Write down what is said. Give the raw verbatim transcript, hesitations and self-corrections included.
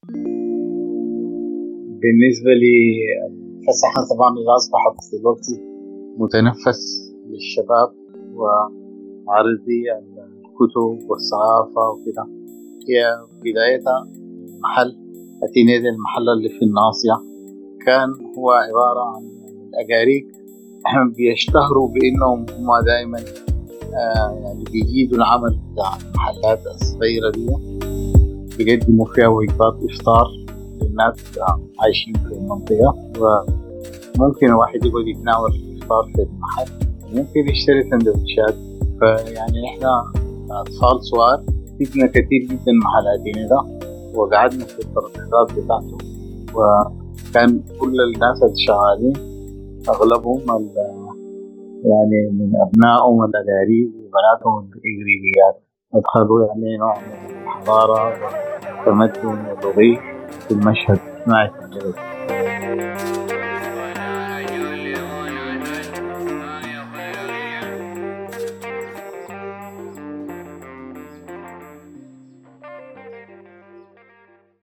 بالنسبة لي الفسحة طبعا اللي أصبحت دلوقتي متنفس للشباب وعارضي الكتب والصحافة وكده. هي بدايتها محل أتينيد، المحل اللي في الناصية، كان هو عبارة عن الأجاريك بيشتهروا بأنهم هم دائما آه يعني بيجيدوا العمل بتاع المحلات الصغيرة دي، بيقدموا فيها وجبات إفطار للناس عايشين في المنطقة، وممكن الواحد يقعد يتناول الإفطار في المحل، ممكن يشتري سندوتشات. فيعني إحنا أطفال صغار فينا كثير جدا محلاتين ده، وقعدنا في الترابيزات بتاعته، وكان كل الناس اللي شغالين أغلبهم يعني من أبنائهم الأقارب وبناتهم الإقريبيات، أدخلوا يعني نوع من الحضارة والتمدن والرغي في المشهد الاجتماعي في البلد.